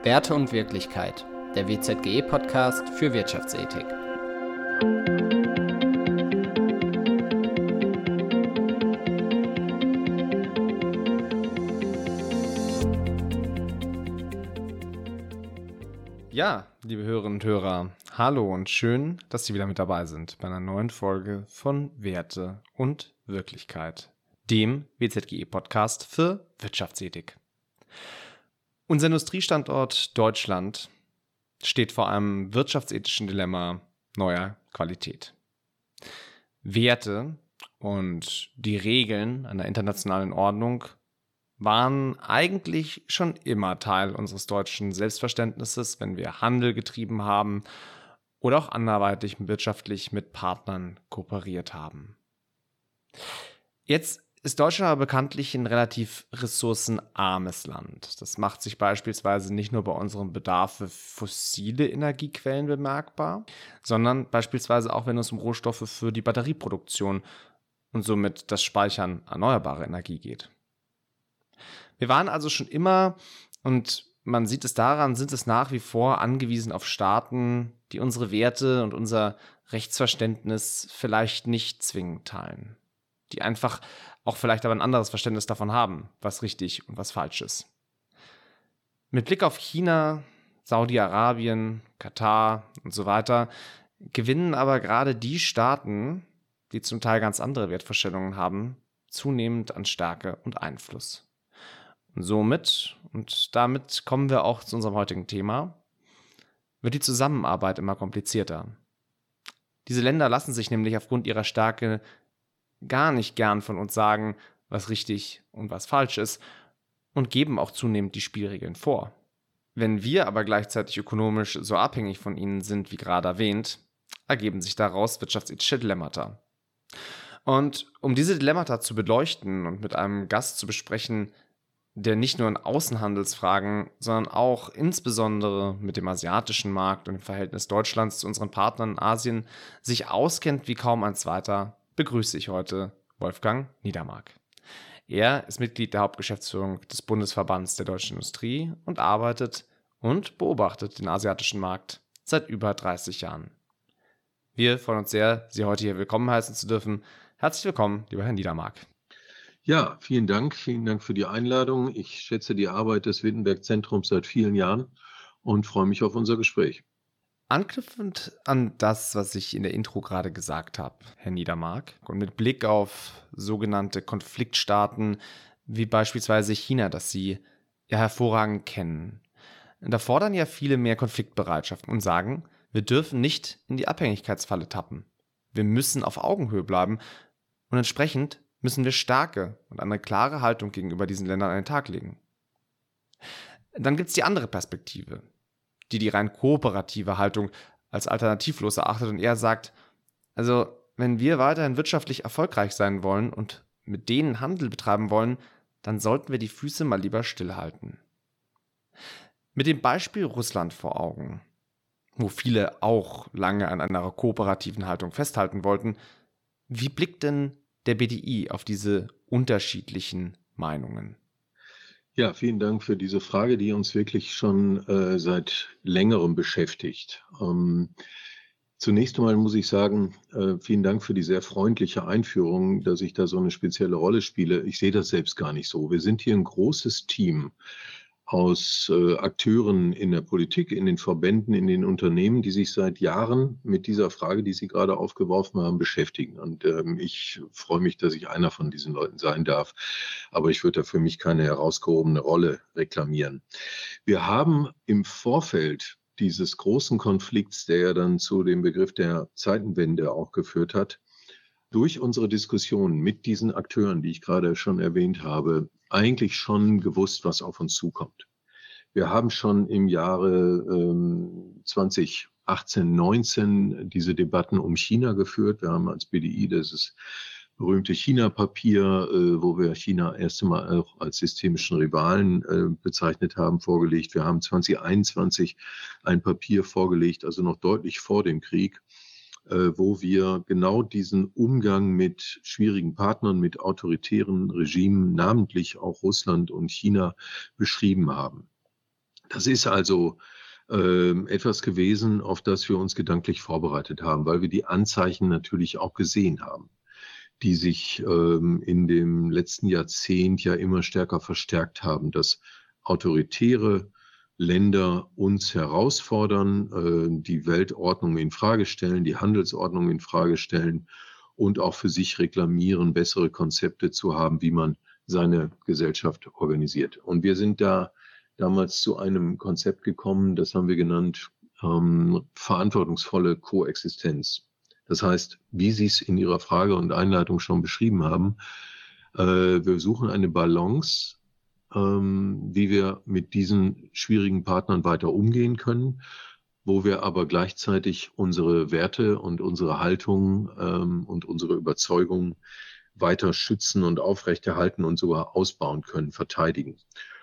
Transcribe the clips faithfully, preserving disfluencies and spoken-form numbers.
Werte und Wirklichkeit, der W Z G E-Podcast für Wirtschaftsethik. Ja, liebe Hörerinnen und Hörer, hallo und schön, dass Sie wieder mit dabei sind bei einer neuen Folge von Werte und Wirklichkeit, dem W Z G E-Podcast für Wirtschaftsethik. Unser Industriestandort Deutschland steht vor einem wirtschaftsethischen Dilemma neuer Qualität. Werte und die Regeln einer internationalen Ordnung waren eigentlich schon immer Teil unseres deutschen Selbstverständnisses, wenn wir Handel getrieben haben oder auch anderweitig wirtschaftlich mit Partnern kooperiert haben. Jetzt ist Deutschland aber bekanntlich ein relativ ressourcenarmes Land. Das macht sich beispielsweise nicht nur bei unserem Bedarf für fossile Energiequellen bemerkbar, sondern beispielsweise auch, wenn es um Rohstoffe für die Batterieproduktion und somit das Speichern erneuerbarer Energie geht. Wir waren also schon immer, und man sieht es daran, sind es nach wie vor angewiesen auf Staaten, die unsere Werte und unser Rechtsverständnis vielleicht nicht zwingend teilen. Die einfach auch vielleicht aber ein anderes Verständnis davon haben, was richtig und was falsch ist. Mit Blick auf China, Saudi-Arabien, Katar und so weiter gewinnen aber gerade die Staaten, die zum Teil ganz andere Wertvorstellungen haben, zunehmend an Stärke und Einfluss. Und somit, und damit kommen wir auch zu unserem heutigen Thema, wird die Zusammenarbeit immer komplizierter. Diese Länder lassen sich nämlich aufgrund ihrer Stärke gar nicht gern von uns sagen, was richtig und was falsch ist, und geben auch zunehmend die Spielregeln vor. Wenn wir aber gleichzeitig ökonomisch so abhängig von ihnen sind, wie gerade erwähnt, ergeben sich daraus wirtschaftsethische Dilemmata. Und um diese Dilemmata zu beleuchten und mit einem Gast zu besprechen, der nicht nur in Außenhandelsfragen, sondern auch insbesondere mit dem asiatischen Markt und dem Verhältnis Deutschlands zu unseren Partnern in Asien sich auskennt wie kaum ein zweiter, begrüße ich heute Wolfgang Niedermark. Er ist Mitglied der Hauptgeschäftsführung des Bundesverbands der deutschen Industrie und arbeitet und beobachtet den asiatischen Markt seit über dreißig Jahren. Wir freuen uns sehr, Sie heute hier willkommen heißen zu dürfen. Herzlich willkommen, lieber Herr Niedermark. Ja, vielen Dank. Vielen Dank für die Einladung. Ich schätze die Arbeit des Wittenberg-Zentrums seit vielen Jahren und freue mich auf unser Gespräch. Anknüpfend an das, was ich in der Intro gerade gesagt habe, Herr Niedermark, und mit Blick auf sogenannte Konfliktstaaten wie beispielsweise China, das Sie ja hervorragend kennen, da fordern ja viele mehr Konfliktbereitschaft und sagen, wir dürfen nicht in die Abhängigkeitsfalle tappen. Wir müssen auf Augenhöhe bleiben und entsprechend müssen wir Stärke und eine klare Haltung gegenüber diesen Ländern an den Tag legen. Dann gibt es die andere Perspektive, die die rein kooperative Haltung als alternativlos erachtet und eher sagt, also wenn wir weiterhin wirtschaftlich erfolgreich sein wollen und mit denen Handel betreiben wollen, dann sollten wir die Füße mal lieber stillhalten. Mit dem Beispiel Russland vor Augen, wo viele auch lange an einer kooperativen Haltung festhalten wollten, wie blickt denn der B D I auf diese unterschiedlichen Meinungen? Ja, vielen Dank für diese Frage, die uns wirklich schon äh, seit längerem beschäftigt. Ähm, zunächst einmal muss ich sagen, äh, vielen Dank für die sehr freundliche Einführung, dass ich da so eine spezielle Rolle spiele. Ich sehe das selbst gar nicht so. Wir sind hier ein großes Team aus äh, Akteuren in der Politik, in den Verbänden, in den Unternehmen, die sich seit Jahren mit dieser Frage, die Sie gerade aufgeworfen haben, beschäftigen. Und ähm, ich freue mich, dass ich einer von diesen Leuten sein darf. Aber ich würde da für mich keine herausgehobene Rolle reklamieren. Wir haben im Vorfeld dieses großen Konflikts, der ja dann zu dem Begriff der Zeitenwende auch geführt hat, durch unsere Diskussionen mit diesen Akteuren, die ich gerade schon erwähnt habe, eigentlich schon gewusst, was auf uns zukommt. Wir haben schon im Jahre ähm, zweitausendachtzehn, neunzehn diese Debatten um China geführt. Wir haben als B D I dieses berühmte China-Papier, äh, wo wir China erst einmal auch als systemischen Rivalen äh, bezeichnet haben, vorgelegt. Wir haben zwanzig einundzwanzig ein Papier vorgelegt, also noch deutlich vor dem Krieg, wo wir genau diesen Umgang mit schwierigen Partnern, mit autoritären Regimen, namentlich auch Russland und China, beschrieben haben. Das ist also ähm, etwas gewesen, auf das wir uns gedanklich vorbereitet haben, weil wir die Anzeichen natürlich auch gesehen haben, die sich ähm, in dem letzten Jahrzehnt ja immer stärker verstärkt haben, dass autoritäre Länder uns herausfordern, äh, die Weltordnung in Frage stellen, die Handelsordnung in Frage stellen und auch für sich reklamieren, bessere Konzepte zu haben, wie man seine Gesellschaft organisiert. Und wir sind da damals zu einem Konzept gekommen, das haben wir genannt, ähm, verantwortungsvolle Koexistenz. Das heißt, wie Sie es in Ihrer Frage und Einleitung schon beschrieben haben, äh, wir suchen eine Balance, ähm, wie wir mit diesen schwierigen Partnern weiter umgehen können, wo wir aber gleichzeitig unsere Werte und unsere Haltung ähm, und unsere Überzeugung weiter schützen und aufrechterhalten und sogar ausbauen können, verteidigen.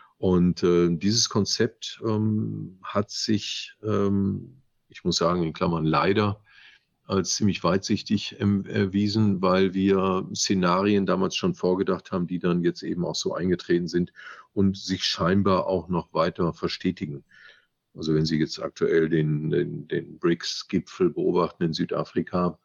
Und äh, dieses Konzept ähm, hat sich, ähm, ich muss sagen, in Klammern leider, als ziemlich weitsichtig ähm, erwiesen, weil wir Szenarien damals schon vorgedacht haben, die dann jetzt eben auch so eingetreten sind und sich scheinbar auch noch weiter verstetigen. Also wenn Sie jetzt aktuell den, den, den BRICS-Gipfel beobachten in Südafrika,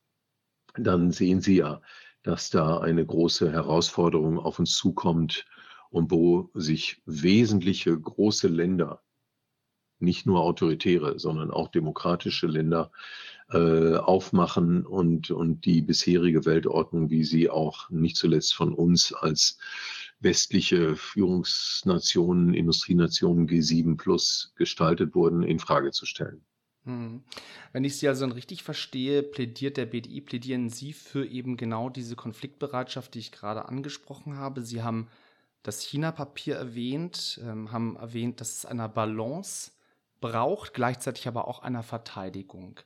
dann sehen Sie ja, dass da eine große Herausforderung auf uns zukommt und wo sich wesentliche große Länder, nicht nur autoritäre, sondern auch demokratische Länder äh, aufmachen und, und die bisherige Weltordnung, wie sie auch nicht zuletzt von uns als westliche Führungsnationen, Industrienationen G sieben plus gestaltet wurden, in Frage zu stellen. Hm. Wenn ich Sie also richtig verstehe, plädiert der B D I, plädieren Sie für eben genau diese Konfliktbereitschaft, die ich gerade angesprochen habe. Sie haben das China-Papier erwähnt, ähm, haben erwähnt, dass es eine Balance braucht, gleichzeitig aber auch einer Verteidigung.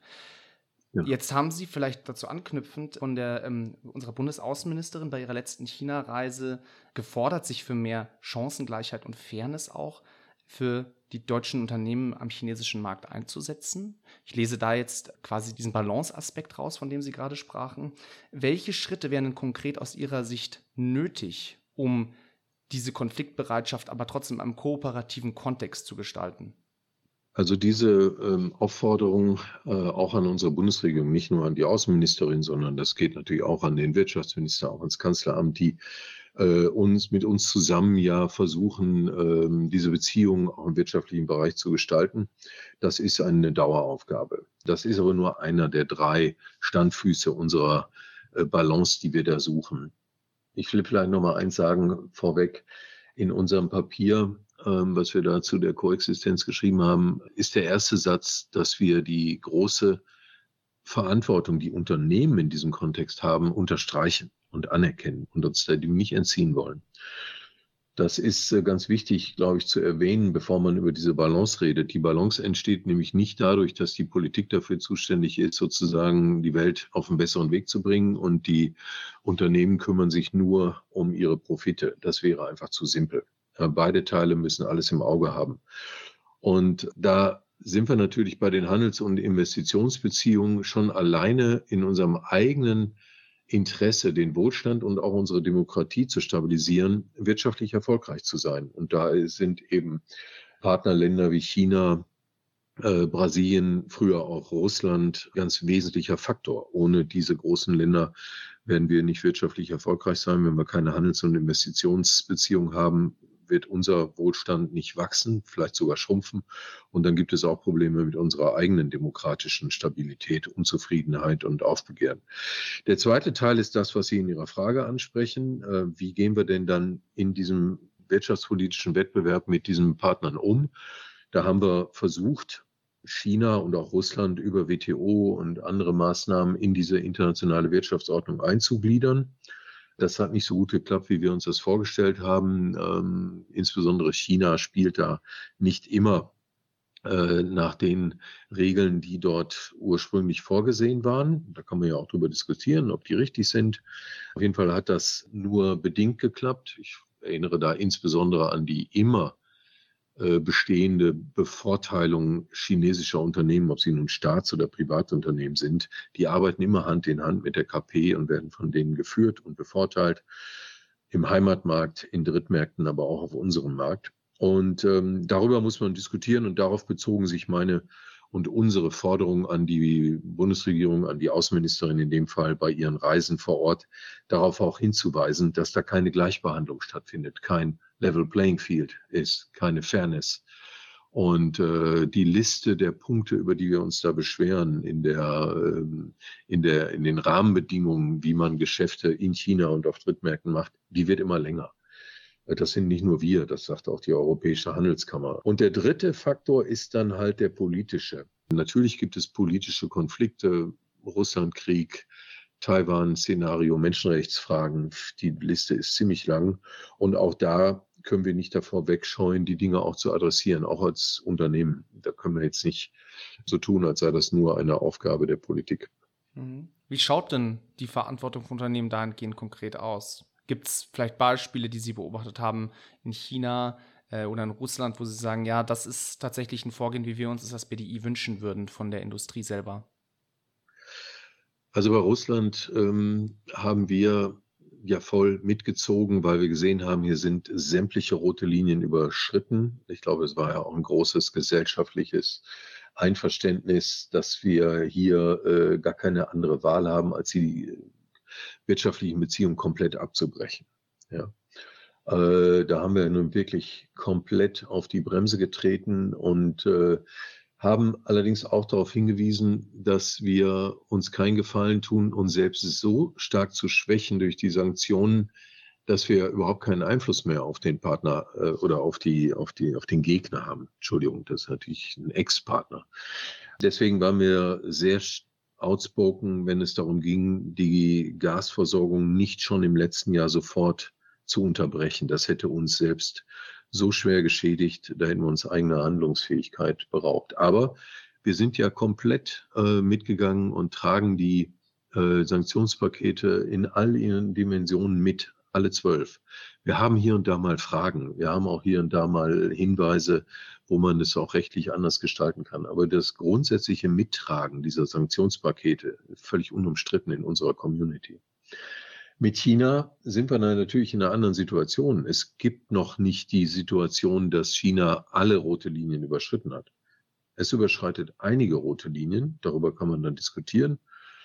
Ja. Jetzt haben Sie vielleicht dazu anknüpfend von der, ähm, unserer Bundesaußenministerin bei ihrer letzten China-Reise gefordert, sich für mehr Chancengleichheit und Fairness auch für die deutschen Unternehmen am chinesischen Markt einzusetzen. Ich lese da jetzt quasi diesen Balance-Aspekt raus, von dem Sie gerade sprachen. Welche Schritte wären denn konkret aus Ihrer Sicht nötig, um diese Konfliktbereitschaft aber trotzdem im kooperativen Kontext zu gestalten? Also diese ähm, Aufforderung äh, auch an unsere Bundesregierung, nicht nur an die Außenministerin, sondern das geht natürlich auch an den Wirtschaftsminister, auch ans Kanzleramt, die äh, uns mit uns zusammen ja versuchen, ähm, diese Beziehungen auch im wirtschaftlichen Bereich zu gestalten. Das ist eine Daueraufgabe. Das ist aber nur einer der drei Standfüße unserer äh, Balance, die wir da suchen. Ich will vielleicht noch mal eins sagen vorweg. In unserem Papier, ähm, was wir da zu der Koexistenz geschrieben haben, ist der erste Satz, dass wir die große Verantwortung, die Unternehmen in diesem Kontext haben, unterstreichen und anerkennen und uns dem nicht entziehen wollen. Das ist äh, ganz wichtig, glaube ich, zu erwähnen, bevor man über diese Balance redet. Die Balance entsteht nämlich nicht dadurch, dass die Politik dafür zuständig ist, sozusagen die Welt auf einen besseren Weg zu bringen und die Unternehmen kümmern sich nur um ihre Profite. Das wäre einfach zu simpel. Ja, beide Teile müssen alles im Auge haben. Und da sind wir natürlich bei den Handels- und Investitionsbeziehungen schon alleine in unserem eigenen Interesse, den Wohlstand und auch unsere Demokratie zu stabilisieren, wirtschaftlich erfolgreich zu sein. Und da sind eben Partnerländer wie China, äh, Brasilien, früher auch Russland ganz wesentlicher Faktor. Ohne diese großen Länder werden wir nicht wirtschaftlich erfolgreich sein. Wenn wir keine Handels- und Investitionsbeziehungen haben, wird unser Wohlstand nicht wachsen, vielleicht sogar schrumpfen. Und dann gibt es auch Probleme mit unserer eigenen demokratischen Stabilität, Unzufriedenheit und Aufbegehren. Der zweite Teil ist das, was Sie in Ihrer Frage ansprechen. Wie gehen wir denn dann in diesem wirtschaftspolitischen Wettbewerb mit diesen Partnern um? Da haben wir versucht, China und auch Russland über W T O und andere Maßnahmen in diese internationale Wirtschaftsordnung einzugliedern. Das hat nicht so gut geklappt, wie wir uns das vorgestellt haben. Ähm, insbesondere China spielt da nicht immer äh, nach den Regeln, die dort ursprünglich vorgesehen waren. Da kann man ja auch drüber diskutieren, ob die richtig sind. Auf jeden Fall hat das nur bedingt geklappt. Ich erinnere da insbesondere an die immer bestehende Bevorteilung chinesischer Unternehmen, ob sie nun Staats- oder Privatunternehmen sind, die arbeiten immer Hand in Hand mit der K P und werden von denen geführt und bevorteilt im Heimatmarkt, in Drittmärkten, aber auch auf unserem Markt. Und ähm, darüber muss man diskutieren und darauf bezogen sich meine und unsere Forderung an die Bundesregierung, an die Außenministerin in dem Fall bei ihren Reisen vor Ort, darauf auch hinzuweisen, dass da keine Gleichbehandlung stattfindet, kein Level Playing Field ist, keine Fairness. Und äh, die Liste der Punkte, über die wir uns da beschweren, in der, ähm, in der, in den Rahmenbedingungen, wie man Geschäfte in China und auf Drittmärkten macht, die wird immer länger. Das sind nicht nur wir, das sagt auch die Europäische Handelskammer. Und der dritte Faktor ist dann halt der politische. Natürlich gibt es politische Konflikte, Russlandkrieg, Taiwan-Szenario, Menschenrechtsfragen. Die Liste ist ziemlich lang. Und auch da können wir nicht davor wegscheuen, die Dinge auch zu adressieren, auch als Unternehmen. Da können wir jetzt nicht so tun, als sei das nur eine Aufgabe der Politik. Wie schaut denn die Verantwortung von Unternehmen dahingehend konkret aus? Gibt es vielleicht Beispiele, die Sie beobachtet haben in China äh, oder in Russland, wo Sie sagen, ja, das ist tatsächlich ein Vorgehen, wie wir uns das als B D I wünschen würden von der Industrie selber? Also bei Russland ähm, haben wir ja voll mitgezogen, weil wir gesehen haben, hier sind sämtliche rote Linien überschritten. Ich glaube, es war ja auch ein großes gesellschaftliches Einverständnis, dass wir hier äh, gar keine andere Wahl haben, als die wirtschaftlichen Beziehungen komplett abzubrechen. Ja. Äh, da haben wir nun wirklich komplett auf die Bremse getreten und äh, haben allerdings auch darauf hingewiesen, dass wir uns keinen Gefallen tun, uns selbst so stark zu schwächen durch die Sanktionen, dass wir überhaupt keinen Einfluss mehr auf den Partner äh, oder auf die, auf die, auf den Gegner haben. Entschuldigung, das ist natürlich ein Ex-Partner. Deswegen waren wir sehr outspoken, wenn es darum ging, die Gasversorgung nicht schon im letzten Jahr sofort zu unterbrechen. Das hätte uns selbst so schwer geschädigt, da hätten wir uns eigener Handlungsfähigkeit beraubt. Aber wir sind ja komplett äh, mitgegangen und tragen die äh, Sanktionspakete in all ihren Dimensionen mit, alle zwölf. Wir haben hier und da mal Fragen, wir haben auch hier und da mal Hinweise, wo man es auch rechtlich anders gestalten kann. Aber das grundsätzliche Mittragen dieser Sanktionspakete ist völlig unumstritten in unserer Community. Mit China sind wir dann natürlich in einer anderen Situation. Es gibt noch nicht die Situation, dass China alle rote Linien überschritten hat. Es überschreitet einige rote Linien, darüber kann man dann diskutieren,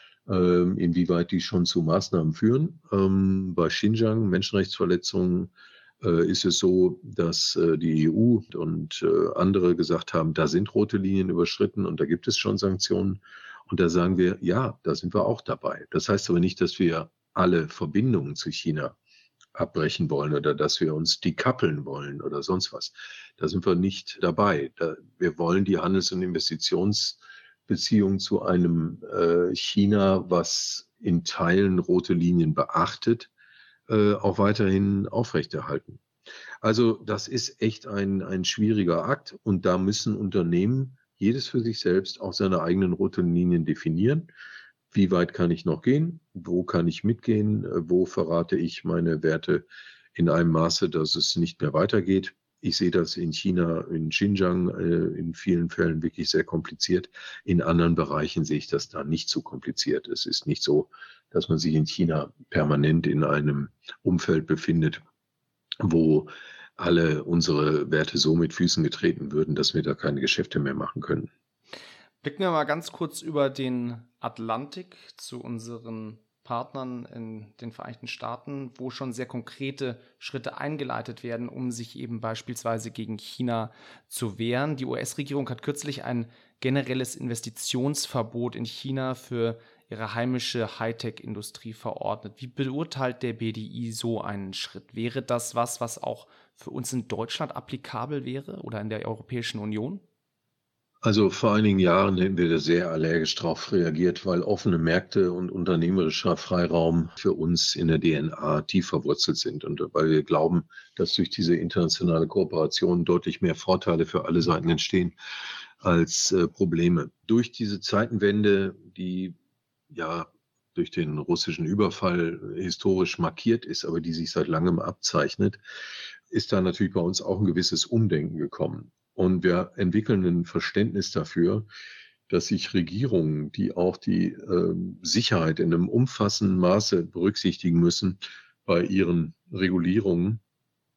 ähm, inwieweit die schon zu Maßnahmen führen. Ähm, bei Xinjiang, Menschenrechtsverletzungen, äh, ist es so, dass äh, die E U und äh, andere gesagt haben, da sind rote Linien überschritten und da gibt es schon Sanktionen. Und da sagen wir, ja, da sind wir auch dabei. Das heißt aber nicht, dass wir alle Verbindungen zu China abbrechen wollen oder dass wir uns dekoppeln wollen oder sonst was. Da sind wir nicht dabei. Da, wir wollen die Handels- und Investitionsbeziehungen zu einem äh, China, was in Teilen rote Linien beachtet, äh, auch weiterhin aufrechterhalten. Also das ist echt ein, ein schwieriger Akt und da müssen Unternehmen jedes für sich selbst auch seine eigenen roten Linien definieren. Wie weit kann ich noch gehen? Wo kann ich mitgehen? Wo verrate ich meine Werte in einem Maße, dass es nicht mehr weitergeht? Ich sehe das in China, in Xinjiang äh, in vielen Fällen wirklich sehr kompliziert. In anderen Bereichen sehe ich das da nicht so kompliziert. Es ist nicht so, dass man sich in China permanent in einem Umfeld befindet, wo alle unsere Werte so mit Füßen getreten würden, dass wir da keine Geschäfte mehr machen können. Blicken wir mal ganz kurz über den Atlantik zu unseren Partnern in den Vereinigten Staaten, wo schon sehr konkrete Schritte eingeleitet werden, um sich eben beispielsweise gegen China zu wehren. Die U S-Regierung hat kürzlich ein generelles Investitionsverbot in China für ihre heimische Hightech-Industrie verordnet. Wie beurteilt der B D I so einen Schritt? Wäre das was, was auch für uns in Deutschland applikabel wäre oder in der Europäischen Union? Also vor einigen Jahren hätten wir da sehr allergisch darauf reagiert, weil offene Märkte und unternehmerischer Freiraum für uns in der D N A tief verwurzelt sind und weil wir glauben, dass durch diese internationale Kooperation deutlich mehr Vorteile für alle Seiten entstehen als äh, Probleme. Durch diese Zeitenwende, die ja durch den russischen Überfall historisch markiert ist, aber die sich seit langem abzeichnet, ist da natürlich bei uns auch ein gewisses Umdenken gekommen. Und wir entwickeln ein Verständnis dafür, dass sich Regierungen, die auch die äh, Sicherheit in einem umfassenden Maße berücksichtigen müssen bei ihren Regulierungen,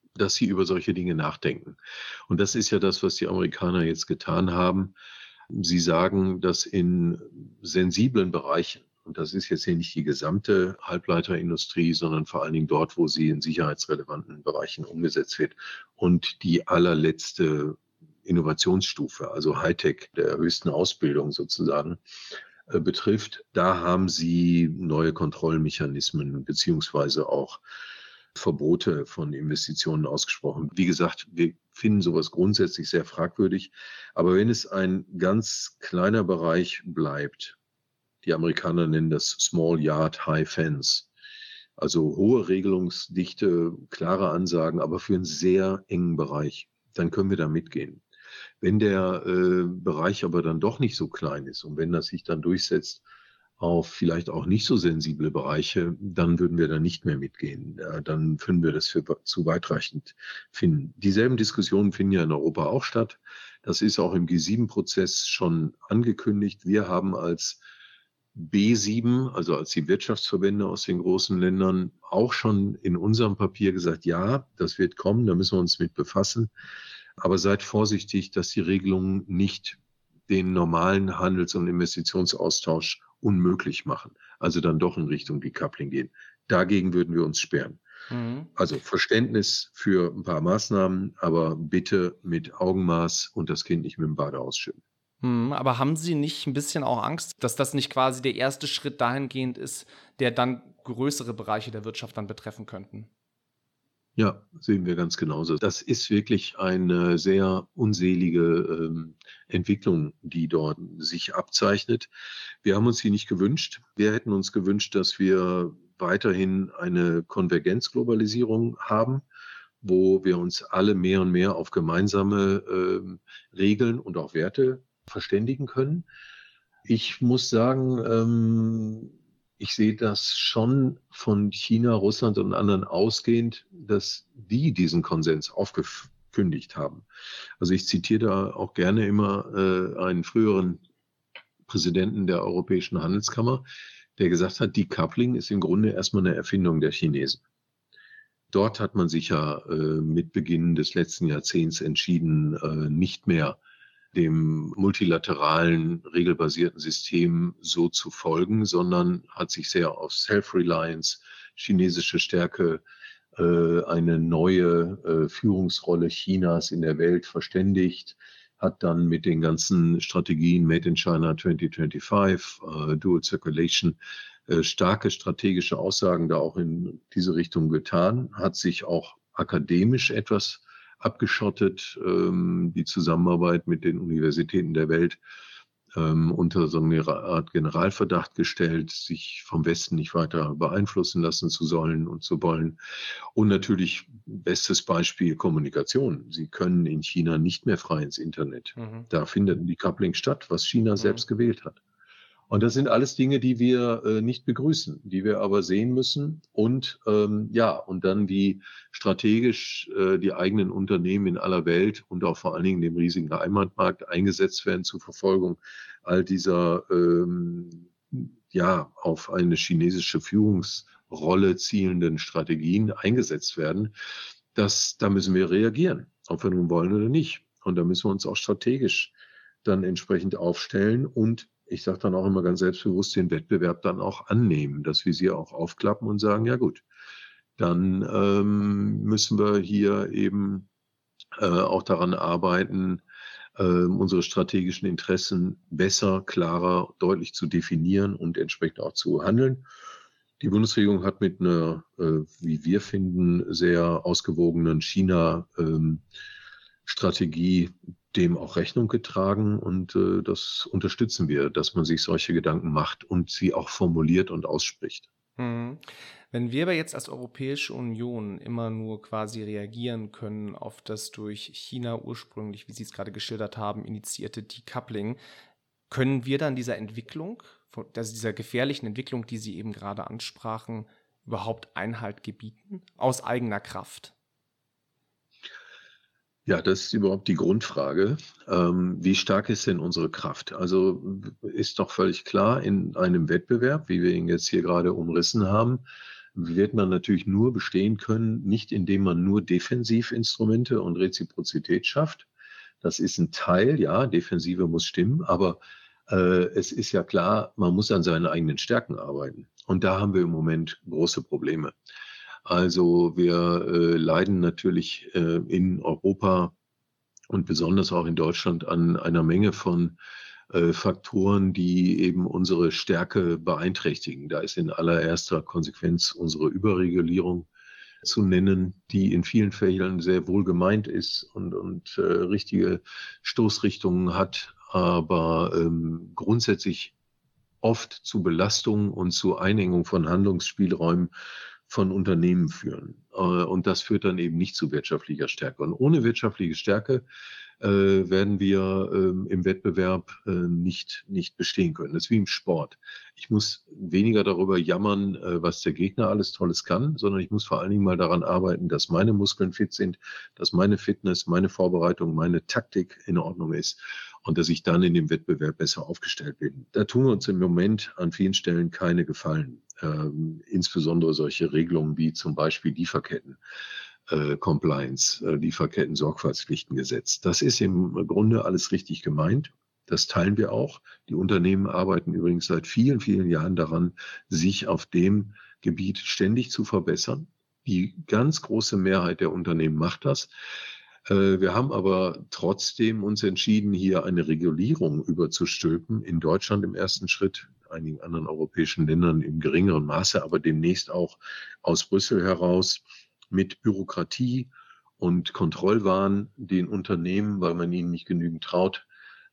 dass sie über solche Dinge nachdenken. Und das ist ja das, was die Amerikaner jetzt getan haben. Sie sagen, dass in sensiblen Bereichen, und das ist jetzt hier nicht die gesamte Halbleiterindustrie, sondern vor allen Dingen dort, wo sie in sicherheitsrelevanten Bereichen umgesetzt wird und die allerletzte Innovationsstufe, also Hightech der höchsten Ausbildung sozusagen, äh, betrifft, da haben sie neue Kontrollmechanismen beziehungsweise auch Verbote von Investitionen ausgesprochen. Wie gesagt, wir finden sowas grundsätzlich sehr fragwürdig. Aber wenn es ein ganz kleiner Bereich bleibt, die Amerikaner nennen das Small Yard High Fence, also hohe Regelungsdichte, klare Ansagen, aber für einen sehr engen Bereich, dann können wir da mitgehen. Wenn der äh, Bereich aber dann doch nicht so klein ist und wenn das sich dann durchsetzt auf vielleicht auch nicht so sensible Bereiche, dann würden wir da nicht mehr mitgehen. Ja, dann würden wir das für zu weitreichend finden. Dieselben Diskussionen finden ja in Europa auch statt. Das ist auch im G sieben Prozess schon angekündigt. Wir haben als B sieben, also als die Wirtschaftsverbände aus den großen Ländern, auch schon in unserem Papier gesagt, ja, das wird kommen, da müssen wir uns mit befassen. Aber seid vorsichtig, dass die Regelungen nicht den normalen Handels- und Investitionsaustausch unmöglich machen. Also dann doch in Richtung Decoupling gehen. Dagegen würden wir uns sperren. Mhm. Also Verständnis für ein paar Maßnahmen, aber bitte mit Augenmaß und das Kind nicht mit dem Bade ausschütten. Mhm, aber haben Sie nicht ein bisschen auch Angst, dass das nicht quasi der erste Schritt dahingehend ist, der dann größere Bereiche der Wirtschaft dann betreffen könnten? Ja, sehen wir ganz genauso. Das ist wirklich eine sehr unselige ähm, Entwicklung, die dort sich abzeichnet. Wir haben uns sie nicht gewünscht. Wir hätten uns gewünscht, dass wir weiterhin eine Konvergenzglobalisierung haben, wo wir uns alle mehr und mehr auf gemeinsame ähm, Regeln und auch Werte verständigen können. Ich muss sagen, ähm, ich sehe das schon von China, Russland und anderen ausgehend, dass die diesen Konsens aufgekündigt haben. Also ich zitiere da auch gerne immer äh, einen früheren Präsidenten der Europäischen Handelskammer, der gesagt hat, Decoupling ist im Grunde erstmal eine Erfindung der Chinesen. Dort hat man sich ja äh, mit Beginn des letzten Jahrzehnts entschieden, äh, nicht mehr dem multilateralen, regelbasierten System so zu folgen, sondern hat sich sehr auf Self-Reliance, chinesische Stärke, äh, eine neue äh, Führungsrolle Chinas in der Welt verständigt, hat dann mit den ganzen Strategien Made in China zwanzig fünfundzwanzig, äh, Dual Circulation, äh, starke strategische Aussagen da auch in diese Richtung getan, hat sich auch akademisch etwas abgeschottet, ähm, die Zusammenarbeit mit den Universitäten der Welt ähm, unter so eine Art Generalverdacht gestellt, sich vom Westen nicht weiter beeinflussen lassen zu sollen und zu wollen. Und natürlich bestes Beispiel Kommunikation. Sie können in China nicht mehr frei ins Internet. Mhm. Da findet die Decoupling statt, was China mhm. selbst gewählt hat. Und das sind alles Dinge, die wir äh, nicht begrüßen, die wir aber sehen müssen. Und ähm, ja, und dann wie strategisch äh, die eigenen Unternehmen in aller Welt und auch vor allen Dingen dem riesigen Heimatmarkt eingesetzt werden zur Verfolgung all dieser ähm, ja auf eine chinesische Führungsrolle zielenden Strategien eingesetzt werden. Das, da müssen wir reagieren, ob wir nun wollen oder nicht. Und da müssen wir uns auch strategisch dann entsprechend aufstellen und ich sage dann auch immer ganz selbstbewusst, den Wettbewerb dann auch annehmen, dass wir sie auch aufklappen und sagen, ja gut, dann ähm, müssen wir hier eben äh, auch daran arbeiten, äh, unsere strategischen Interessen besser, klarer, deutlich zu definieren und entsprechend auch zu handeln. Die Bundesregierung hat mit einer, äh, wie wir finden, sehr ausgewogenen China-Strategie ähm, dem auch Rechnung getragen und äh, das unterstützen wir, dass man sich solche Gedanken macht und sie auch formuliert und ausspricht. Mhm. Wenn wir aber jetzt als Europäische Union immer nur quasi reagieren können auf das durch China ursprünglich, wie Sie es gerade geschildert haben, initiierte Decoupling, können wir dann dieser Entwicklung, also dieser gefährlichen Entwicklung, die Sie eben gerade ansprachen, überhaupt Einhalt gebieten, aus eigener Kraft? Ja, das ist überhaupt die Grundfrage. Ähm, wie stark ist denn unsere Kraft? Also ist doch völlig klar, in einem Wettbewerb, wie wir ihn jetzt hier gerade umrissen haben, wird man natürlich nur bestehen können, nicht indem man nur Defensivinstrumente und Reziprozität schafft. Das ist ein Teil, ja, Defensive muss stimmen, aber äh, es ist ja klar, man muss an seinen eigenen Stärken arbeiten. Und da haben wir im Moment große Probleme. Also wir äh, leiden natürlich äh, in Europa und besonders auch in Deutschland an einer Menge von äh, Faktoren, die eben unsere Stärke beeinträchtigen. Da ist in allererster Konsequenz unsere Überregulierung zu nennen, die in vielen Fällen sehr wohl gemeint ist und, und äh, richtige Stoßrichtungen hat, aber ähm, grundsätzlich oft zu Belastungen und zu Einengung von Handlungsspielräumen von Unternehmen führen. Äh, und das führt dann eben nicht zu wirtschaftlicher Stärke. Und ohne wirtschaftliche Stärke äh, werden wir äh, im Wettbewerb äh, nicht, nicht bestehen können. Das ist wie im Sport. Ich muss weniger darüber jammern, äh, was der Gegner alles Tolles kann, sondern ich muss vor allen Dingen mal daran arbeiten, dass meine Muskeln fit sind, dass meine Fitness, meine Vorbereitung, meine Taktik in Ordnung ist und dass ich dann in dem Wettbewerb besser aufgestellt bin. Da tun wir uns im Moment an vielen Stellen keine Gefallen. Ähm, insbesondere solche Regelungen wie zum Beispiel Lieferketten. Äh, Compliance, äh, Lieferketten-Sorgfaltspflichtengesetz. Das ist im Grunde alles richtig gemeint. Das teilen wir auch. Die Unternehmen arbeiten übrigens seit vielen, vielen Jahren daran, sich auf dem Gebiet ständig zu verbessern. Die ganz große Mehrheit der Unternehmen macht das. Äh, wir haben aber trotzdem uns entschieden, hier eine Regulierung überzustülpen. In Deutschland im ersten Schritt, in einigen anderen europäischen Ländern im geringeren Maße, aber demnächst auch aus Brüssel heraus, mit Bürokratie und Kontrollwahn den Unternehmen, weil man ihnen nicht genügend traut,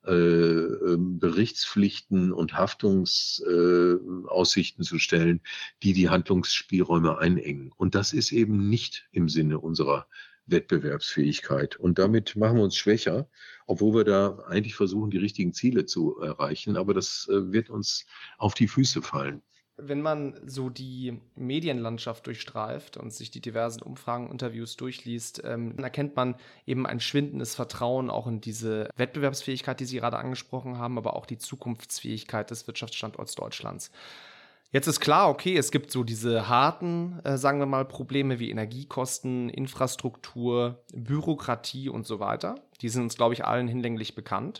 äh, Berichtspflichten und Haftungsaussichten äh, zu stellen, die die Handlungsspielräume einengen. Und das ist eben nicht im Sinne unserer Wettbewerbsfähigkeit. Und damit machen wir uns schwächer, obwohl wir da eigentlich versuchen, die richtigen Ziele zu erreichen. Aber das äh, wird uns auf die Füße fallen. Wenn man so die Medienlandschaft durchstreift und sich die diversen Umfragen, Interviews durchliest, ähm, dann erkennt man eben ein schwindendes Vertrauen auch in diese Wettbewerbsfähigkeit, die Sie gerade angesprochen haben, aber auch die Zukunftsfähigkeit des Wirtschaftsstandorts Deutschlands. Jetzt ist klar, okay, es gibt so diese harten, äh, sagen wir mal, Probleme wie Energiekosten, Infrastruktur, Bürokratie und so weiter. Die sind uns, glaube ich, allen hinlänglich bekannt.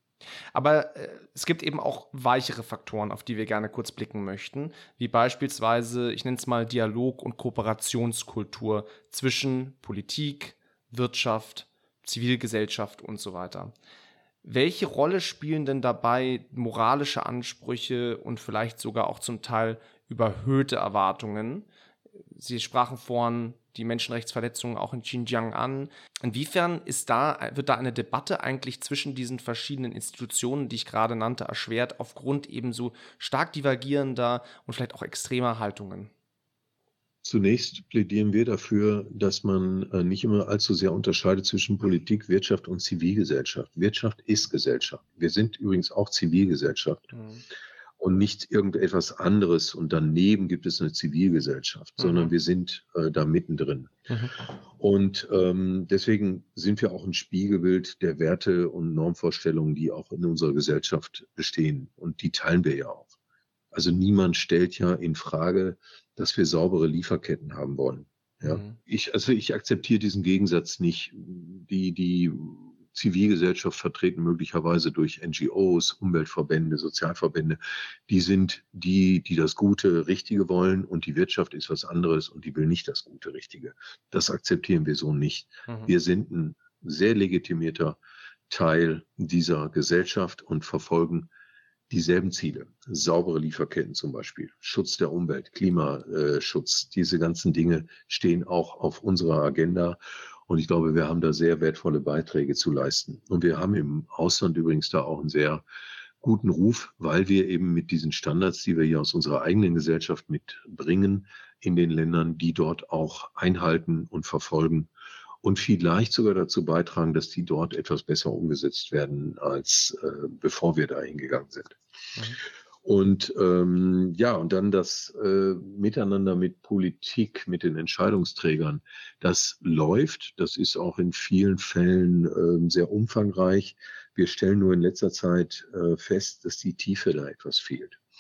Aber äh, es gibt eben auch weichere Faktoren, auf die wir gerne kurz blicken möchten, wie beispielsweise, ich nenne es mal Dialog- und Kooperationskultur zwischen Politik, Wirtschaft, Zivilgesellschaft und so weiter. Welche Rolle spielen denn dabei moralische Ansprüche und vielleicht sogar auch zum Teil überhöhte Erwartungen? Sie sprachen vorhin die Menschenrechtsverletzungen auch in Xinjiang an. Inwiefern ist da, wird da eine Debatte eigentlich zwischen diesen verschiedenen Institutionen, die ich gerade nannte, erschwert, aufgrund eben so stark divergierender und vielleicht auch extremer Haltungen? Zunächst plädieren wir dafür, dass man nicht immer allzu sehr unterscheidet zwischen Politik, Wirtschaft und Zivilgesellschaft. Wirtschaft ist Gesellschaft. Wir sind übrigens auch Zivilgesellschaft. Mhm. Und nicht irgendetwas anderes und daneben gibt es eine Zivilgesellschaft, mhm. sondern wir sind äh, da mittendrin. Mhm. Und ähm, deswegen sind wir auch ein Spiegelbild der Werte und Normvorstellungen, die auch in unserer Gesellschaft bestehen. Und die teilen wir ja auch. Also niemand stellt ja in Frage, dass wir saubere Lieferketten haben wollen. Ja? Mhm. Ich, also ich akzeptiere diesen Gegensatz nicht. Die, die Zivilgesellschaft vertreten möglicherweise durch N G Os, Umweltverbände, Sozialverbände. Die sind die, die das Gute, Richtige wollen und die Wirtschaft ist was anderes und die will nicht das Gute, Richtige. Das akzeptieren wir so nicht. Mhm. Wir sind ein sehr legitimierter Teil dieser Gesellschaft und verfolgen dieselben Ziele. Saubere Lieferketten zum Beispiel, Schutz der Umwelt, Klimaschutz, diese ganzen Dinge stehen auch auf unserer Agenda. Und ich glaube, wir haben da sehr wertvolle Beiträge zu leisten. Und wir haben im Ausland übrigens da auch einen sehr guten Ruf, weil wir eben mit diesen Standards, die wir hier aus unserer eigenen Gesellschaft mitbringen, in den Ländern, die dort auch einhalten und verfolgen und vielleicht sogar dazu beitragen, dass die dort etwas besser umgesetzt werden, als äh, bevor wir da hingegangen sind. Mhm. Und ähm, ja, und dann das äh, Miteinander mit Politik, mit den Entscheidungsträgern, das läuft. Das ist auch in vielen Fällen äh, sehr umfangreich. Wir stellen nur in letzter Zeit äh, fest, dass die Tiefe da etwas fehlt.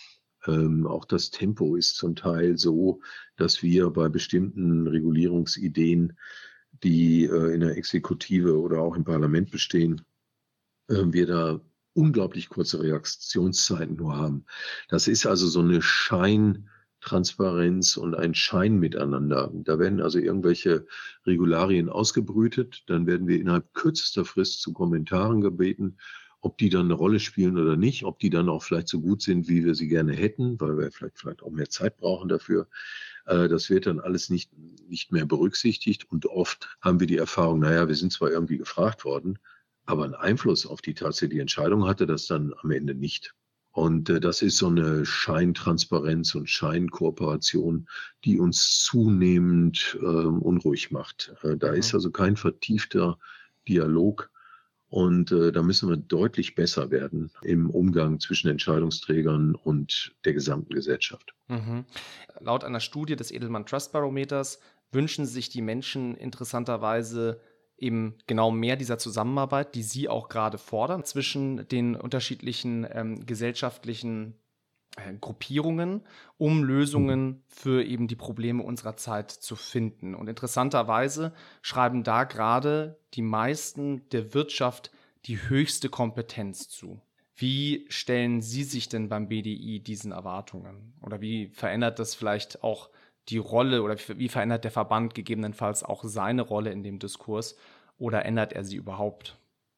Ähm, auch das Tempo ist zum Teil so, dass wir bei bestimmten Regulierungsideen, die äh, in der Exekutive oder auch im Parlament bestehen, äh, wir da unglaublich kurze Reaktionszeiten nur haben. Das ist also so eine Scheintransparenz und ein Scheinmiteinander. Da werden also irgendwelche Regularien ausgebrütet, dann werden wir innerhalb kürzester Frist zu Kommentaren gebeten, ob die dann eine Rolle spielen oder nicht, ob die dann auch vielleicht so gut sind, wie wir sie gerne hätten, weil wir vielleicht, vielleicht auch mehr Zeit brauchen dafür. Äh, Das wird dann alles nicht, nicht mehr berücksichtigt und oft haben wir die Erfahrung, naja, wir sind zwar irgendwie gefragt worden, aber einen Einfluss auf die tatsächliche Entscheidung hatte das dann am Ende nicht. Und äh, das ist so eine Scheintransparenz und Scheinkooperation, die uns zunehmend äh, unruhig macht. Äh, da Mhm. ist also kein vertiefter Dialog. Und äh, da müssen wir deutlich besser werden im Umgang zwischen Entscheidungsträgern und der gesamten Gesellschaft. Mhm. Laut einer Studie des Edelman Trust Barometers wünschen sich die Menschen interessanterweise eben genau mehr dieser Zusammenarbeit, die Sie auch gerade fordern, zwischen den unterschiedlichen ähm, gesellschaftlichen äh, Gruppierungen, um Lösungen für eben die Probleme unserer Zeit zu finden. Und interessanterweise schreiben da gerade die meisten der Wirtschaft die höchste Kompetenz zu. Wie stellen Sie sich denn beim B D I diesen Erwartungen? Oder wie verändert das vielleicht auch die Rolle oder wie verändert der Verband gegebenenfalls auch seine Rolle in dem Diskurs oder ändert er sie überhaupt?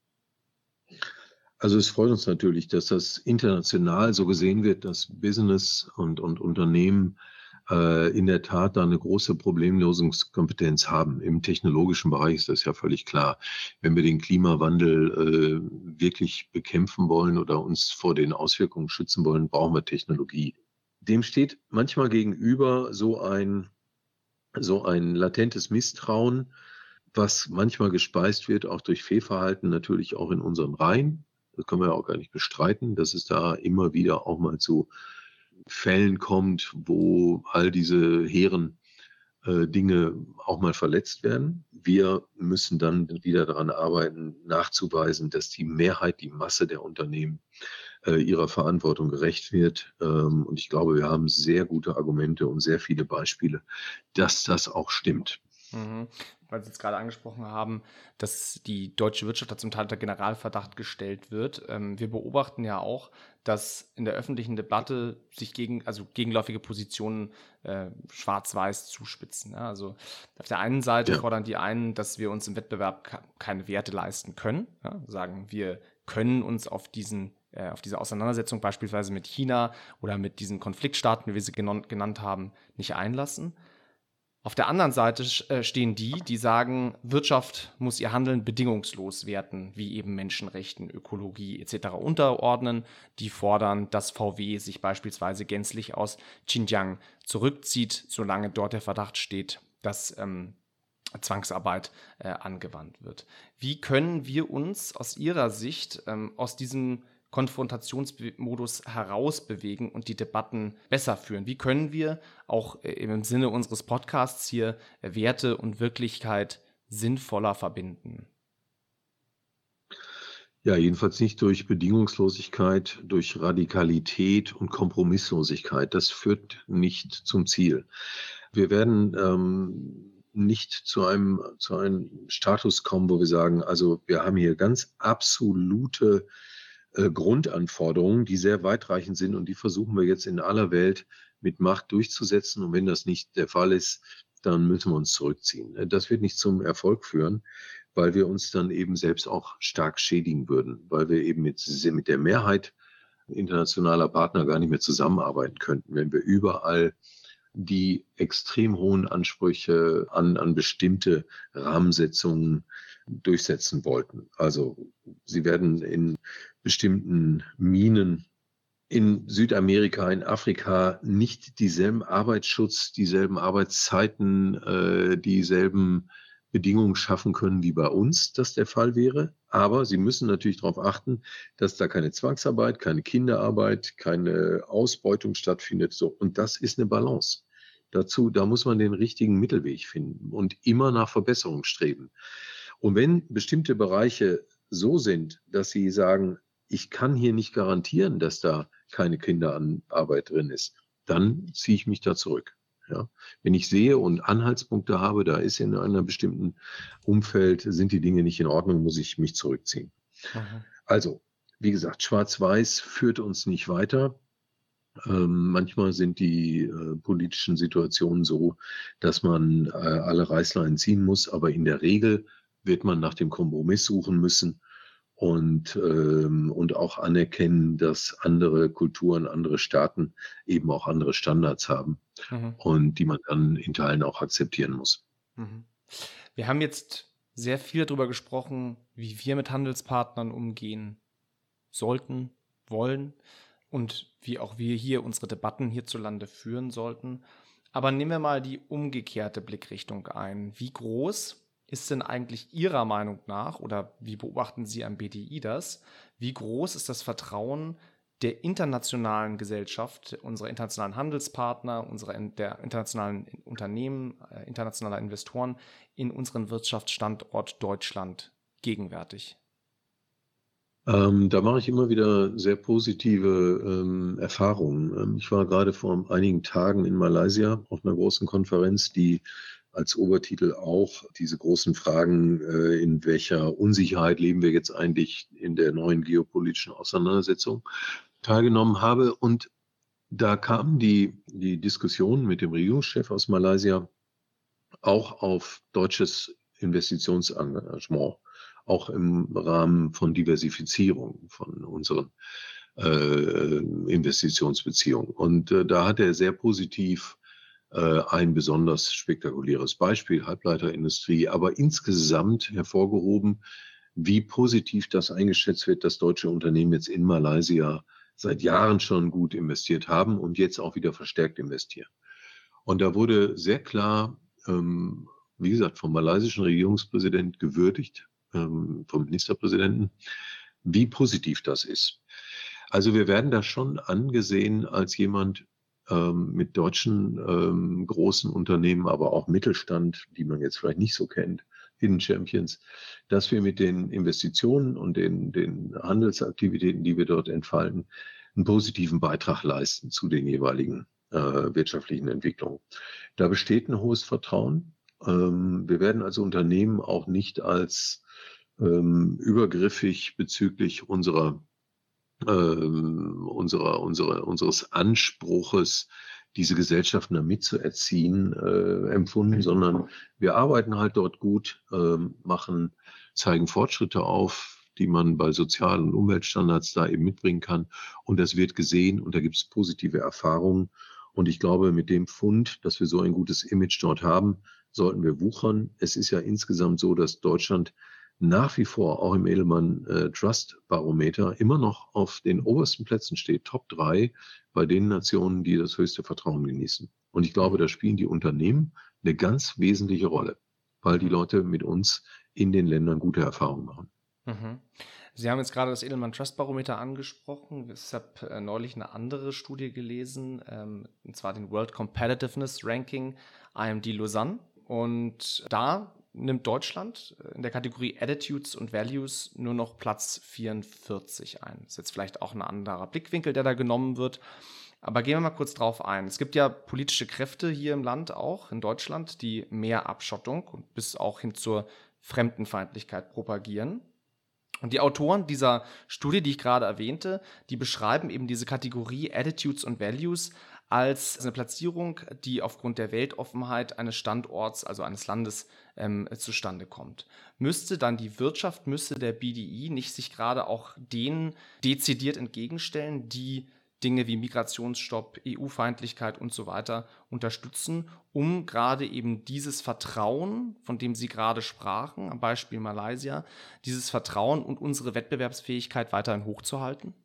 Also es freut uns natürlich, dass das international so gesehen wird, dass Business und, und Unternehmen äh, in der Tat da eine große Problemlösungskompetenz haben. Im technologischen Bereich ist das ja völlig klar. Wenn wir den Klimawandel äh, wirklich bekämpfen wollen oder uns vor den Auswirkungen schützen wollen, brauchen wir Technologie. Dem steht manchmal gegenüber so ein, so ein latentes Misstrauen, was manchmal gespeist wird, auch durch Fehlverhalten, natürlich auch in unseren Reihen. Das können wir ja auch gar nicht bestreiten, dass es da immer wieder auch mal zu Fällen kommt, wo all diese hehren äh, Dinge auch mal verletzt werden. Wir müssen dann wieder daran arbeiten, nachzuweisen, dass die Mehrheit, die Masse der Unternehmen äh, ihrer Verantwortung gerecht wird. Ähm, und ich glaube, wir haben sehr gute Argumente und sehr viele Beispiele, dass das auch stimmt. Mhm. Weil Sie jetzt gerade angesprochen haben, dass die deutsche Wirtschaft da zum Teil unter Generalverdacht gestellt wird. Ähm, wir beobachten ja auch, dass in der öffentlichen Debatte sich gegen, also gegenläufige Positionen äh, schwarz-weiß zuspitzen. Ja? Also auf der einen Seite Ja. fordern die einen, dass wir uns im Wettbewerb ke- keine Werte leisten können. Ja? Sagen, wir können uns auf diesen äh, auf diese Auseinandersetzung beispielsweise mit China oder mit diesen Konfliktstaaten, wie wir sie genon- genannt haben, nicht einlassen. Auf der anderen Seite äh, stehen die, die sagen, Wirtschaft muss ihr Handeln bedingungslos Werten, wie eben Menschenrechten, Ökologie et cetera unterordnen. Die fordern, dass V W sich beispielsweise gänzlich aus Xinjiang zurückzieht, solange dort der Verdacht steht, dass ähm, Zwangsarbeit äh, angewandt wird. Wie können wir uns aus Ihrer Sicht ähm, aus diesem Konfrontationsmodus herausbewegen und die Debatten besser führen? Wie können wir auch im Sinne unseres Podcasts hier Werte und Wirklichkeit sinnvoller verbinden? Ja, jedenfalls nicht durch Bedingungslosigkeit, durch Radikalität und Kompromisslosigkeit. Das führt nicht zum Ziel. Wir werden ähm, nicht zu einem, zu einem Status kommen, wo wir sagen, also wir haben hier ganz absolute äh, Grundanforderungen, die sehr weitreichend sind und die versuchen wir jetzt in aller Welt mit Macht durchzusetzen. Und wenn das nicht der Fall ist, dann müssen wir uns zurückziehen. Das wird nicht zum Erfolg führen, weil wir uns dann eben selbst auch stark schädigen würden, weil wir eben mit, mit der Mehrheit internationaler Partner gar nicht mehr zusammenarbeiten könnten, wenn wir überall die extrem hohen Ansprüche an, an bestimmte Rahmensetzungen durchsetzen wollten. Also sie werden in bestimmten Minen in Südamerika, in Afrika nicht dieselben Arbeitsschutz, dieselben Arbeitszeiten, äh, dieselben Bedingungen schaffen können, wie bei uns das der Fall wäre. Aber sie müssen natürlich darauf achten, dass da keine Zwangsarbeit, keine Kinderarbeit, keine Ausbeutung stattfindet. So. Und das ist eine Balance. Dazu, da muss man den richtigen Mittelweg finden und immer nach Verbesserung streben. Und wenn bestimmte Bereiche so sind, dass sie sagen, ich kann hier nicht garantieren, dass da keine Kinderarbeit drin ist, dann ziehe ich mich da zurück. Ja. Wenn ich sehe und Anhaltspunkte habe, da ist in einem bestimmten Umfeld, sind die Dinge nicht in Ordnung, muss ich mich zurückziehen. Mhm. Also, wie gesagt, Schwarz-Weiß führt uns nicht weiter. Ähm, manchmal sind die äh, politischen Situationen so, dass man äh, alle Reißleinen ziehen muss, aber in der Regel wird man nach dem Kompromiss suchen müssen und, ähm, und auch anerkennen, dass andere Kulturen, andere Staaten eben auch andere Standards haben Mhm. und die man dann in Teilen auch akzeptieren muss. Mhm. Wir haben jetzt sehr viel darüber gesprochen, wie wir mit Handelspartnern umgehen sollten, wollen und wie auch wir hier unsere Debatten hierzulande führen sollten. Aber nehmen wir mal die umgekehrte Blickrichtung ein. Wie groß ist denn eigentlich Ihrer Meinung nach, oder wie beobachten Sie am B D I das, wie groß ist das Vertrauen der internationalen Gesellschaft, unserer internationalen Handelspartner, unserer der internationalen Unternehmen, äh, internationaler Investoren in unseren Wirtschaftsstandort Deutschland gegenwärtig? Ähm, da mache ich immer wieder sehr positive ähm, Erfahrungen. Ähm, ich war gerade vor einigen Tagen in Malaysia auf einer großen Konferenz, die als Obertitel auch diese großen Fragen, äh, in welcher Unsicherheit leben wir jetzt eigentlich in der neuen geopolitischen Auseinandersetzung, teilgenommen habe. Und da kam die, die Diskussion mit dem Regierungschef aus Malaysia auch auf deutsches Investitionsengagement, auch im Rahmen von Diversifizierung von unseren äh, Investitionsbeziehungen. Und äh, da hat er sehr positiv äh, ein besonders spektakuläres Beispiel, Halbleiterindustrie, aber insgesamt hervorgehoben, wie positiv das eingeschätzt wird, dass deutsche Unternehmen jetzt in Malaysia seit Jahren schon gut investiert haben und jetzt auch wieder verstärkt investieren. Und da wurde sehr klar, ähm, wie gesagt, vom malaysischen Regierungspräsident gewürdigt, ähm, vom Ministerpräsidenten, wie positiv das ist. Also wir werden da schon angesehen als jemand ähm, mit deutschen ähm, großen Unternehmen, aber auch Mittelstand, die man jetzt vielleicht nicht so kennt, Hidden Champions, dass wir mit den Investitionen und den, den Handelsaktivitäten, die wir dort entfalten, einen positiven Beitrag leisten zu den jeweiligen äh, wirtschaftlichen Entwicklungen. Da besteht ein hohes Vertrauen. Ähm, wir werden als Unternehmen auch nicht als ähm, übergriffig bezüglich unserer, ähm, unserer, unserer, unseres Anspruches, diese Gesellschaften da mitzuerziehen, äh, empfunden, sondern wir arbeiten halt dort gut, äh, machen, zeigen Fortschritte auf, die man bei Sozial- und Umweltstandards da eben mitbringen kann. Und das wird gesehen und da gibt es positive Erfahrungen. Und ich glaube, mit dem Fund, dass wir so ein gutes Image dort haben, sollten wir wuchern. Es ist ja insgesamt so, dass Deutschland nach wie vor auch im Edelmann äh, Trust Barometer immer noch auf den obersten Plätzen steht, Top drei bei den Nationen, die das höchste Vertrauen genießen. Und ich glaube, da spielen die Unternehmen eine ganz wesentliche Rolle, weil die Leute mit uns in den Ländern gute Erfahrungen machen. Mhm. Sie haben jetzt gerade das Edelmann Trust Barometer angesprochen. Ich habe äh, neulich eine andere Studie gelesen, ähm, und zwar den World Competitiveness Ranking I M D Lausanne. Und da nimmt Deutschland in der Kategorie Attitudes und Values nur noch Platz vierundvierzig ein. Das ist jetzt vielleicht auch ein anderer Blickwinkel, der da genommen wird. Aber gehen wir mal kurz drauf ein. Es gibt ja politische Kräfte hier im Land, auch in Deutschland, die mehr Abschottung und bis auch hin zur Fremdenfeindlichkeit propagieren. Und die Autoren dieser Studie, die ich gerade erwähnte, die beschreiben eben diese Kategorie Attitudes und Values als eine Platzierung, die aufgrund der Weltoffenheit eines Standorts, also eines Landes, ähm, zustande kommt. Müsste dann die Wirtschaft, müsste der B D I nicht sich gerade auch denen dezidiert entgegenstellen, die Dinge wie Migrationsstopp, E U-Feindlichkeit und so weiter unterstützen, um gerade eben dieses Vertrauen, von dem Sie gerade sprachen, am Beispiel Malaysia, dieses Vertrauen und unsere Wettbewerbsfähigkeit weiterhin hochzuhalten?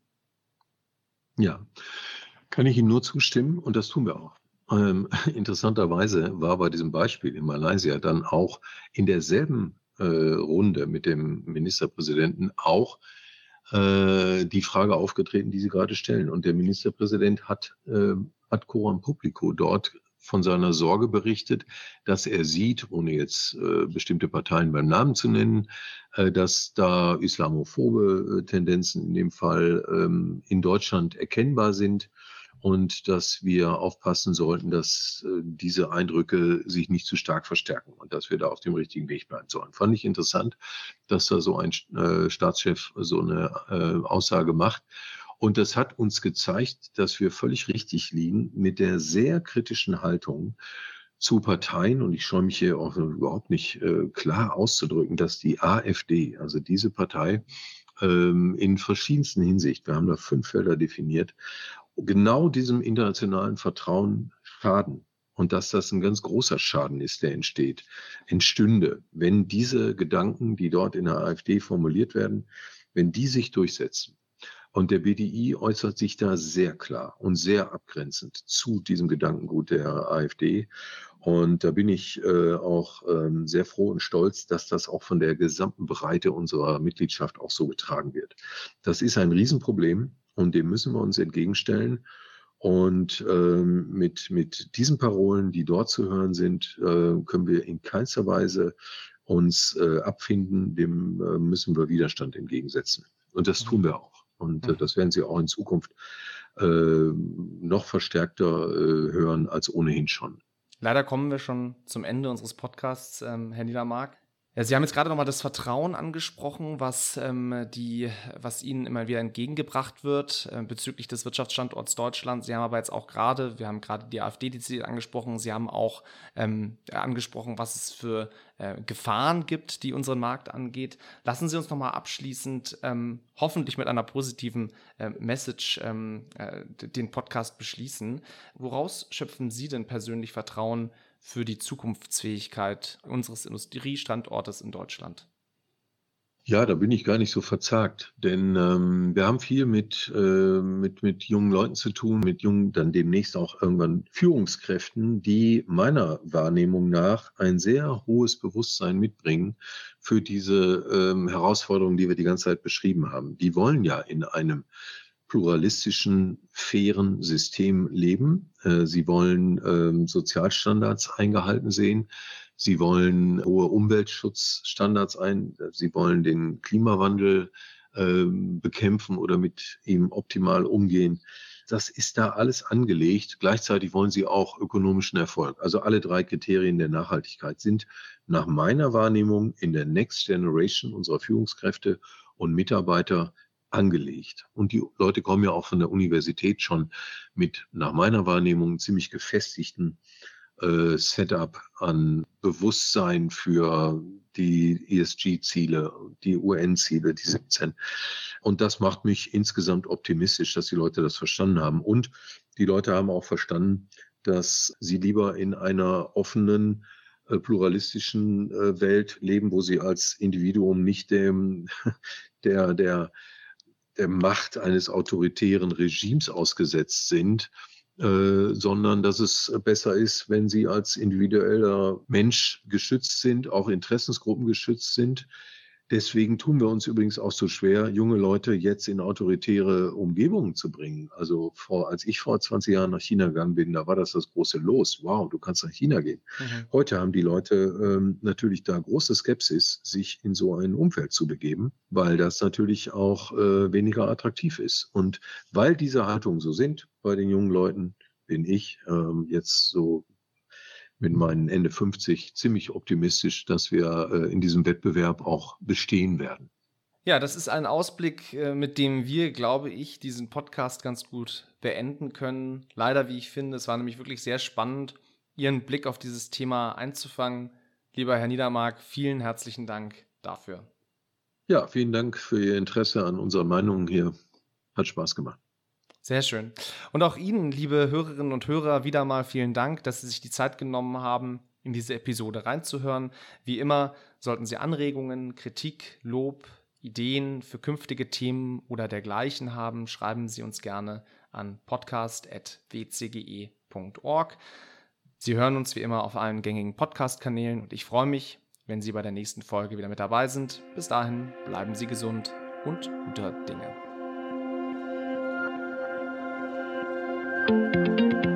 Ja, kann ich Ihnen nur zustimmen und das tun wir auch. Ähm, interessanterweise war bei diesem Beispiel in Malaysia dann auch in derselben äh, Runde mit dem Ministerpräsidenten auch äh, die Frage aufgetreten, die Sie gerade stellen. Und der Ministerpräsident hat äh, ad coram publico dort von seiner Sorge berichtet, dass er sieht, ohne jetzt äh, bestimmte Parteien beim Namen zu nennen, äh, dass da islamophobe äh, Tendenzen in dem Fall ähm, in Deutschland erkennbar sind und dass wir aufpassen sollten, dass äh, diese Eindrücke sich nicht zu stark verstärken und dass wir da auf dem richtigen Weg bleiben sollen. Fand ich interessant, dass da so ein äh, Staatschef so eine äh, Aussage macht. Und das hat uns gezeigt, dass wir völlig richtig liegen mit der sehr kritischen Haltung zu Parteien. Und ich scheue mich hier auch überhaupt nicht äh, klar auszudrücken, dass die AfD, also diese Partei, ähm, in verschiedensten Hinsicht, wir haben da fünf Felder definiert, genau diesem internationalen Vertrauen schaden. Und dass das ein ganz großer Schaden ist, der entsteht, entstünde, wenn diese Gedanken, die dort in der AfD formuliert werden, wenn die sich durchsetzen. Und der B D I äußert sich da sehr klar und sehr abgrenzend zu diesem Gedankengut der AfD. Und da bin ich äh, auch ähm, sehr froh und stolz, dass das auch von der gesamten Breite unserer Mitgliedschaft auch so getragen wird. Das ist ein Riesenproblem und dem müssen wir uns entgegenstellen. Und ähm, mit, mit diesen Parolen, die dort zu hören sind, äh, können wir in keinster Weise uns äh, abfinden. Dem äh, müssen wir Widerstand entgegensetzen. Und das tun wir auch. Und äh, das werden Sie auch in Zukunft äh, noch verstärkter äh, hören als ohnehin schon. Leider kommen wir schon zum Ende unseres Podcasts, ähm, Herr Niedermark. Ja, Sie haben jetzt gerade nochmal das Vertrauen angesprochen, was, ähm, die, was Ihnen immer wieder entgegengebracht wird äh, bezüglich des Wirtschaftsstandorts Deutschland. Sie haben aber jetzt auch gerade, wir haben gerade die AfD dezidiert angesprochen, Sie haben auch ähm, angesprochen, was es für äh, Gefahren gibt, die unseren Markt angeht. Lassen Sie uns nochmal abschließend, ähm, hoffentlich mit einer positiven äh, Message, ähm, äh, den Podcast beschließen. Woraus schöpfen Sie denn persönlich Vertrauen für die Zukunftsfähigkeit unseres Industriestandortes in Deutschland? Ja, da bin ich gar nicht so verzagt, denn ähm, wir haben viel mit, äh, mit, mit jungen Leuten zu tun, mit jungen, dann demnächst auch irgendwann Führungskräften, die meiner Wahrnehmung nach ein sehr hohes Bewusstsein mitbringen für diese ähm, Herausforderungen, die wir die ganze Zeit beschrieben haben. Die wollen ja in einem pluralistischen, fairen System leben. Äh, sie wollen ähm, Sozialstandards eingehalten sehen. Sie wollen hohe Umweltschutzstandards ein. Sie wollen den Klimawandel ähm, bekämpfen oder mit ihm optimal umgehen. Das ist da alles angelegt. Gleichzeitig wollen sie auch ökonomischen Erfolg. Also alle drei Kriterien der Nachhaltigkeit sind nach meiner Wahrnehmung in der Next Generation unserer Führungskräfte und Mitarbeiter angelegt. Und die Leute kommen ja auch von der Universität schon mit, nach meiner Wahrnehmung, ziemlich gefestigten äh, Setup an Bewusstsein für die E S G-Ziele, die U N-Ziele, die siebzehn. Und das macht mich insgesamt optimistisch, dass die Leute das verstanden haben. Und die Leute haben auch verstanden, dass sie lieber in einer offenen, äh, pluralistischen äh, Welt leben, wo sie als Individuum nicht dem, der, der, der Macht eines autoritären Regimes ausgesetzt sind, äh, sondern dass es besser ist, wenn sie als individueller Mensch geschützt sind, auch Interessensgruppen geschützt sind. Deswegen tun wir uns übrigens auch so schwer, junge Leute jetzt in autoritäre Umgebungen zu bringen. Also vor, als ich vor zwanzig Jahren nach China gegangen bin, da war das das große Los. Wow, du kannst nach China gehen. Mhm. Heute haben die Leute ähm, natürlich da große Skepsis, sich in so ein Umfeld zu begeben, weil das natürlich auch äh, weniger attraktiv ist. Und weil diese Haltungen so sind bei den jungen Leuten, bin ich ähm, jetzt so mit meinen Ende fünfzig ziemlich optimistisch, dass wir äh, in diesem Wettbewerb auch bestehen werden. Ja, das ist ein Ausblick, äh, mit dem wir, glaube ich, diesen Podcast ganz gut beenden können. Leider, wie ich finde, es war nämlich wirklich sehr spannend, Ihren Blick auf dieses Thema einzufangen. Lieber Herr Niedermark, vielen herzlichen Dank dafür. Ja, vielen Dank für Ihr Interesse an unseren Meinungen hier. Hat Spaß gemacht. Sehr schön. Und auch Ihnen, liebe Hörerinnen und Hörer, wieder mal vielen Dank, dass Sie sich die Zeit genommen haben, in diese Episode reinzuhören. Wie immer sollten Sie Anregungen, Kritik, Lob, Ideen für künftige Themen oder dergleichen haben, schreiben Sie uns gerne an podcast at w c g e punkt org. Sie hören uns wie immer auf allen gängigen Podcast-Kanälen und ich freue mich, wenn Sie bei der nächsten Folge wieder mit dabei sind. Bis dahin bleiben Sie gesund und guter Dinge. Thank you.